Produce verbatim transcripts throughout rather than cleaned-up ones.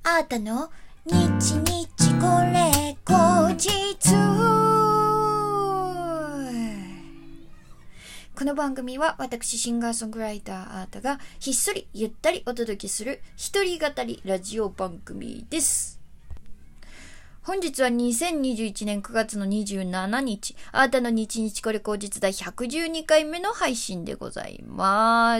あーたの日日これ後日。この番組は私シンガーソングライターあーたがひっそりゆったりお届けする一人語りラジオ番組です。本日はにせんにじゅういちねんくがつのにじゅうしちにち、あーたの日日これ後日第ひゃくじゅうにかいめの配信でございます。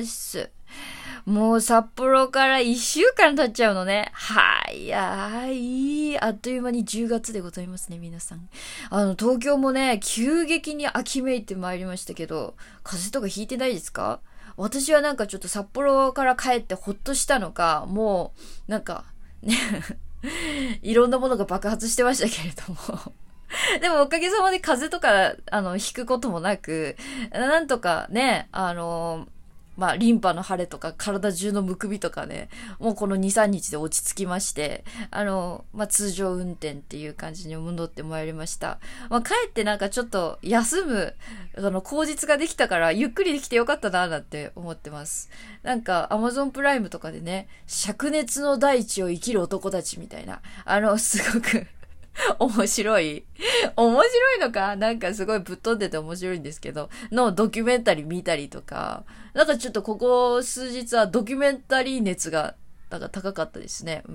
もう札幌からいっしゅうかん経っちゃうのね。早い。あっという間にじゅうがつでございますね、皆さん。あの、東京もね、急激に秋めいてまいりましたけど、風邪とかひいてないですか？私はなんかちょっと札幌から帰ってほっとしたのか、もう、なんか、ね、いろんなものが爆発してましたけれども。でもおかげさまで風邪とか、あの、ひくこともなく、なんとかね、あの、まあ、リンパの腫れとか、体中のむくみとかね、もうこのに、さんにちで落ち着きまして、あの、まあ、通常運転っていう感じに戻ってまいりました。まあ、帰ってなんかちょっと休む、あの、口実ができたから、ゆっくりできてよかったな、なんて思ってます。なんか、アマゾンプライムとかでね、灼熱の大地を生きる男たちみたいな、あの、すごく、面白い面白いのかなんかすごいぶっ飛んでて面白いんですけど、のドキュメンタリー見たりとか、なんかちょっとここ数日はドキュメンタリー熱がなんか高かったですね。うん。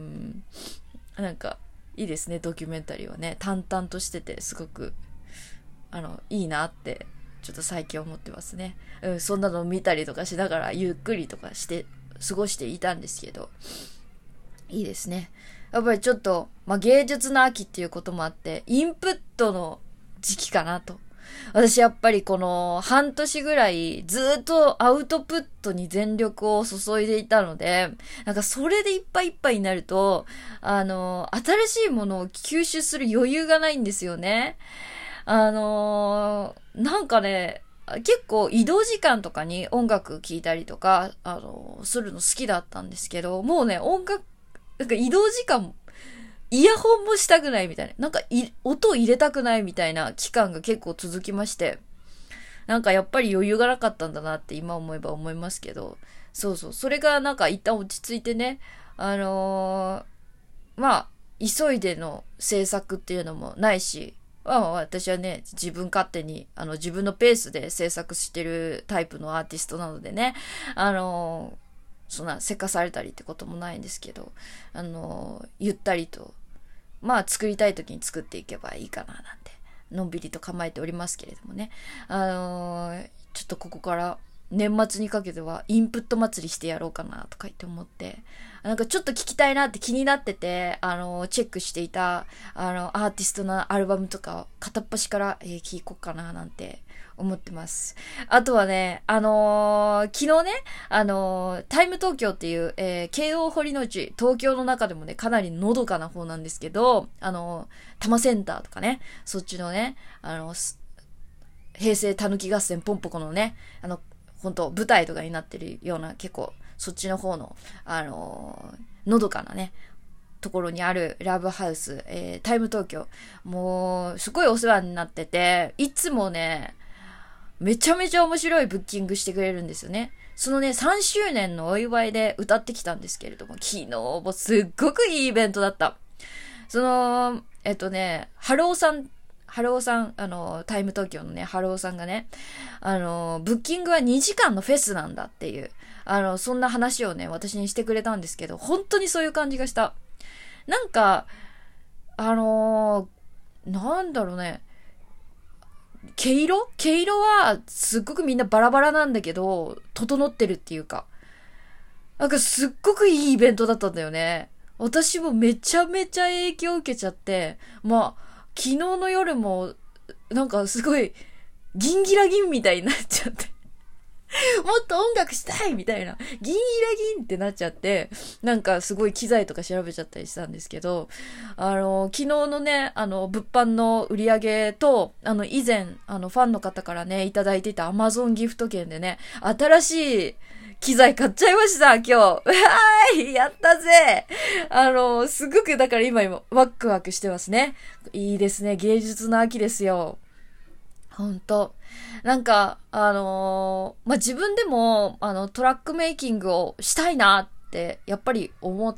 なんかいいですね、ドキュメンタリーはね。淡々としててすごく、あの、いいなってちょっと最近思ってますね。うん、そんなの見たりとかしながらゆっくりとかして過ごしていたんですけど、いいですね。やっぱりちょっと、まあ、芸術の秋っていうこともあって、インプットの時期かなと。私やっぱりこの半年ぐらいずっとアウトプットに全力を注いでいたので、なんかそれでいっぱいいっぱいになると、あの、新しいものを吸収する余裕がないんですよね。あの、なんかね、結構移動時間とかに音楽聴いたりとか、あの、するの好きだったんですけど、もうね、音楽、なんか移動時間、イヤホンもしたくないみたいな。なんかい、音を入れたくないみたいな期間が結構続きまして。なんかやっぱり余裕がなかったんだなって今思えば思いますけど。そうそう。それがなんか一旦落ち着いてね。あのー、まあ、急いでの制作っていうのもないし、まあ私はね、自分勝手に、あの自分のペースで制作してるタイプのアーティストなのでね。あのー、そんなせかされたりってこともないんですけど、あのゆったりとまあ作りたい時に作っていけばいいかななんてのんびりと構えておりますけれどもね、あのー、ちょっとここから年末にかけてはインプット祭りしてやろうかなとか言って思って、なんかちょっと聞きたいなって気になってて、あのー、チェックしていたあのアーティストのアルバムとかを片っ端から、えー、聞こうかななんて思ってます。あとはね、あのー、昨日ね、あのー、タイム東京っていう、えー、京王堀之内、東京の中でもね、かなりのどかな方なんですけど、あのー、多摩センターとかね、そっちのね、あのー、平成たぬき合戦ポンポコのね、あの、本当舞台とかになってるような、結構、そっちの方の、あのー、のどかなね、ところにあるラブハウス、えー、タイム東京。もう、すごいお世話になってて、いつもね、めちゃめちゃ面白いブッキングしてくれるんですよね。そのね、さんしゅうねんのお祝いで歌ってきたんですけれども、昨日もすっごくいいイベントだった。その、えっとね、ハローさん、ハローさん、あの、タイム東京のね、ハローさんがね、あの、ブッキングはにじかんのフェスなんだっていう、あの、そんな話をね、私にしてくれたんですけど、本当にそういう感じがした。なんか、あのー、なんだろうね、毛色毛色はすっごくみんなバラバラなんだけど、整ってるっていうか。なんかすっごくいいイベントだったんだよね。私もめちゃめちゃ影響を受けちゃって、まあ、昨日の夜も、なんかすごい、ギンギラギンみたいになっちゃって。もっと音楽したいみたいな、ギンギラギンってなっちゃって、なんかすごい機材とか調べちゃったりしたんですけど、あの、昨日のね、あの、物販の売り上げと、あの、以前、あの、ファンの方からね、いただいてた Amazon ギフト券でね、新しい機材買っちゃいました、今日。はーい、やったぜ。あの、すごく、だから今今、ワクワクしてますね。いいですね、芸術の秋ですよ。ほんと。なんか、あのー、まあ、自分でも、あの、トラックメイキングをしたいなっってやっぱり思って、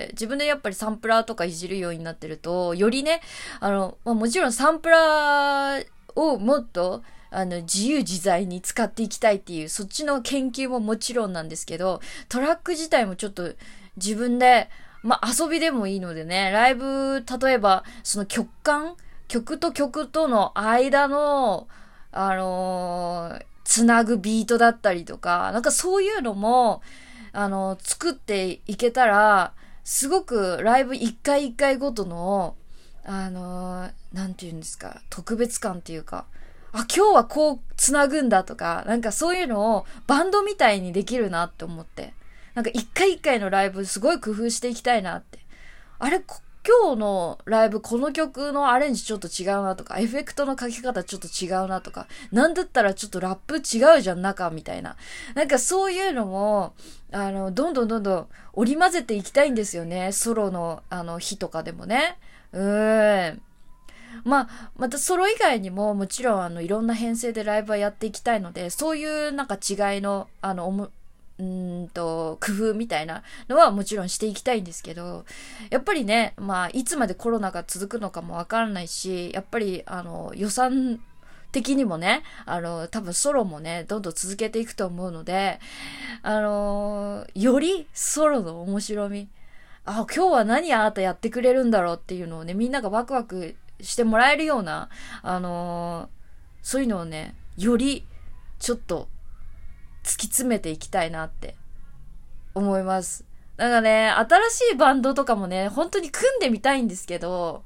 自分でやっぱりサンプラーとかいじるようになってると、よりね、あの、まあ、もちろんサンプラーをもっとあの自由自在に使っていきたいっていう、そっちの研究ももちろんなんですけど、トラック自体もちょっと自分で、まあ、遊びでもいいのでね、ライブ、例えばその曲間、曲と曲との間のあのー、つなぐビートだったりとか、なんかそういうのもあのー、作っていけたら、すごくライブ一回一回ごとのあのー、なんていうんですか、特別感っていうか、あ、今日はこう繋ぐんだとか、なんかそういうのをバンドみたいにできるなって思って。なんか一回一回のライブすごい工夫していきたいなって。あれ、今日のライブこの曲のアレンジちょっと違うなとか、エフェクトのかけ方ちょっと違うなとか、なんだったらちょっとラップ違うじゃん中みたいな。なんかそういうのも、あの、どんどんどんどん織り交ぜていきたいんですよね。ソロのあの日とかでもね。うーん。まあ、またソロ以外にももちろんあのいろんな編成でライブはやっていきたいので、そういうなんか違いのあのおもうーんと工夫みたいなのはもちろんしていきたいんですけど、やっぱりね、まあいつまでコロナが続くのかもわからないし、やっぱりあの予算的にもね、あの多分ソロもねどんどん続けていくと思うので、あのよりソロの面白み、あ、今日は何あなたやってくれるんだろうっていうのをね、みんながワクワクしてもらえるような、あのー、そういうのをね、よりちょっと突き詰めていきたいなって思います。なんかね、新しいバンドとかもね、本当に組んでみたいんですけど、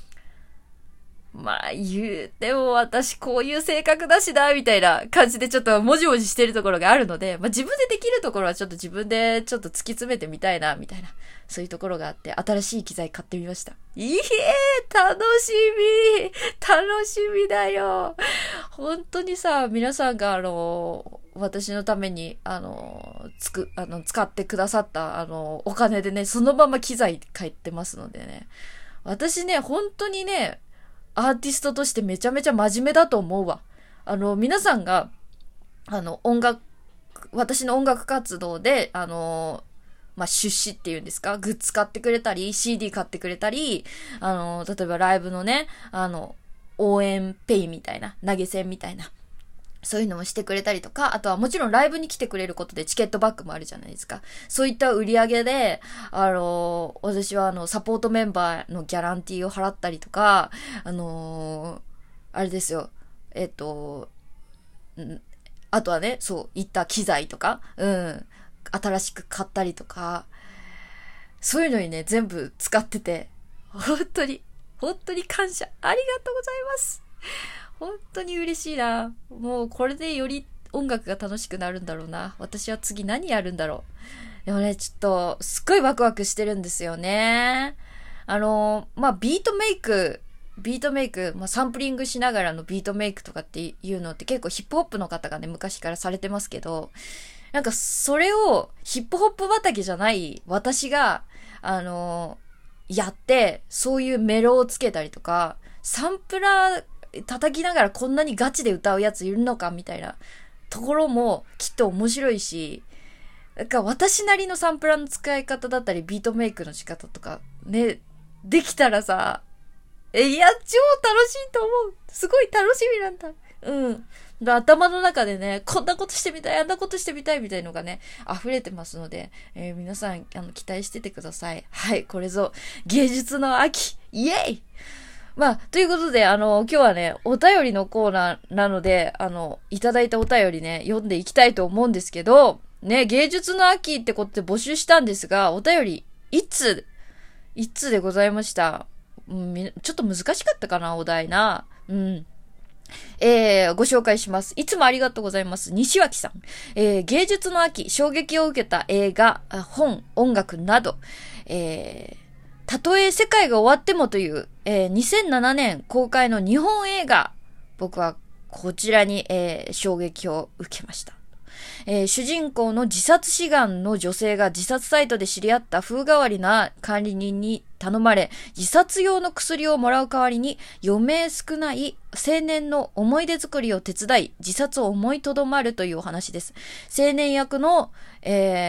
まあ言うても私こういう性格だしなみたいな感じでちょっともじもじしてるところがあるので、まあ自分でできるところはちょっと自分でちょっと突き詰めてみたいなみたいな、そういうところがあって、新しい機材買ってみました。いえー、楽しみ楽しみだよ。本当にさ、皆さんがあの私のためにあのつくあの使ってくださったあのお金でね、そのまま機材買ってますのでね、私ね本当にねアーティストとしてめちゃめちゃ真面目だと思うわ。あの、皆さんが、あの、音楽、私の音楽活動で、あの、まあ、出資っていうんですか、グッズ買ってくれたり、シーディー 買ってくれたり、あの、例えばライブのね、あの、応援ペイみたいな、投げ銭みたいな、そういうのもしてくれたりとか、あとはもちろんライブに来てくれることでチケットバックもあるじゃないですか。そういった売り上げで、あの、私はあの、サポートメンバーのギャランティーを払ったりとか、あの、あれですよ、えっと、んあとはね、そう、いった機材とか、うん、新しく買ったりとか、そういうのにね、全部使ってて、本当に、本当に感謝。ありがとうございます。本当に嬉しいな。もうこれでより音楽が楽しくなるんだろうな。私は次何やるんだろう。でもね、ちょっとすっごいワクワクしてるんですよね。あの、まあ、ビートメイク、ビートメイク、まあ、サンプリングしながらのビートメイクとかっていうのって結構ヒップホップの方がね、昔からされてますけど、なんかそれをヒップホップ畑じゃない私が、あの、やって、そういうメロをつけたりとか、サンプラー、叩きながらこんなにガチで歌うやついるのかみたいなところもきっと面白いし、なんか私なりのサンプラーの使い方だったりビートメイクの仕方とかね、できたらさ、え、いや、超楽しいと思う。すごい楽しみなんだ。うん。頭の中でね、こんなことしてみたい、あんなことしてみたいみたいのがね、溢れてますので、えー、皆さん、あの、期待しててください。はい、これぞ、芸術の秋イエイまあ、ということで、あの、今日はね、お便りのコーナーなので、あの、いただいたお便りね、読んでいきたいと思うんですけど、ね、芸術の秋ってことで募集したんですが、お便り、いつ、いつでございました。うん、ちょっと難しかったかな、お題な。うん。えー、ご紹介します。いつもありがとうございます。西脇さん。えー、芸術の秋、衝撃を受けた映画、本、音楽など、えー、たとえ世界が終わってもという、えー、にせんななねん公開の日本映画、僕はこちらに、えー、衝撃を受けました。えー、主人公の自殺志願の女性が自殺サイトで知り合った風変わりな管理人に頼まれ、自殺用の薬をもらう代わりに余命少ない青年の思い出作りを手伝い、自殺を思いとどまるというお話です。青年役の、えー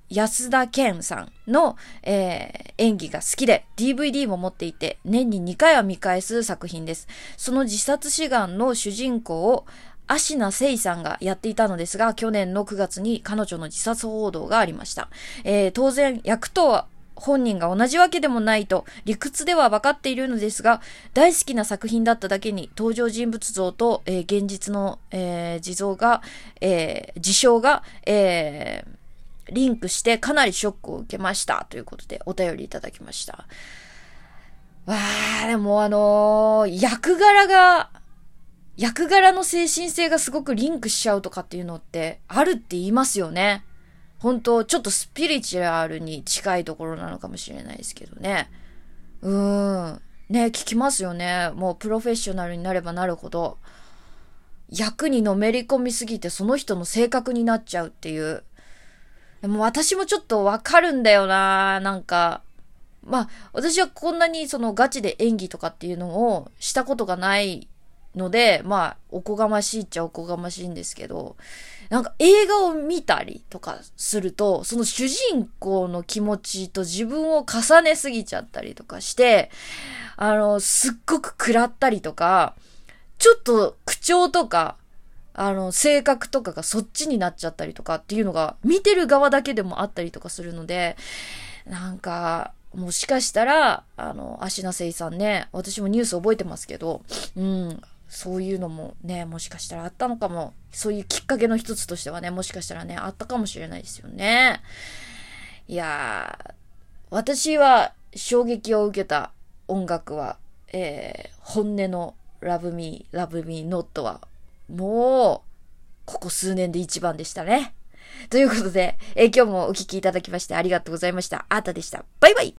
安田顕さんの、えー、演技が好きで ディーブイディー も持っていて年ににかいは見返す作品です。その自殺志願の主人公を芦名聖さんがやっていたのですが、去年のくがつに彼女の自殺報道がありました。えー、当然役とは本人が同じわけでもないと理屈では分かっているのですが、大好きな作品だっただけに登場人物像と、えー、現実の、えー、事像が、えー、事象が、えーリンクしてかなりショックを受けましたということでお便りいただきました。わー、でもあのー、役柄が、役柄の精神性がすごくリンクしちゃうとかっていうのってあるって言いますよね。本当ちょっとスピリチュアルに近いところなのかもしれないですけどね。うーん。ね、聞きますよね。もうプロフェッショナルになればなるほど、役にのめり込みすぎてその人の性格になっちゃうっていう。でも私もちょっとわかるんだよな。なんか、まあ、私はこんなにそのガチで演技とかっていうのをしたことがないので、まあ、おこがましいっちゃおこがましいんですけど、なんか映画を見たりとかすると、その主人公の気持ちと自分を重ねすぎちゃったりとかして、あの、すっごく食らったりとか、ちょっと口調とか、あの、性格とかがそっちになっちゃったりとかっていうのが見てる側だけでもあったりとかするので、なんか、もしかしたら、あの、芦名聖さんね、私もニュース覚えてますけど、うん、そういうのもね、もしかしたらあったのかも、そういうきっかけの一つとしてはね、もしかしたらね、あったかもしれないですよね。いやー、私は衝撃を受けた音楽は、えー、本音の Love Me, Love Me Not は、もう、ここ数年で一番でしたね。ということで、えー、今日もお聞きいただきましてありがとうございました。あーたでした。バイバイ。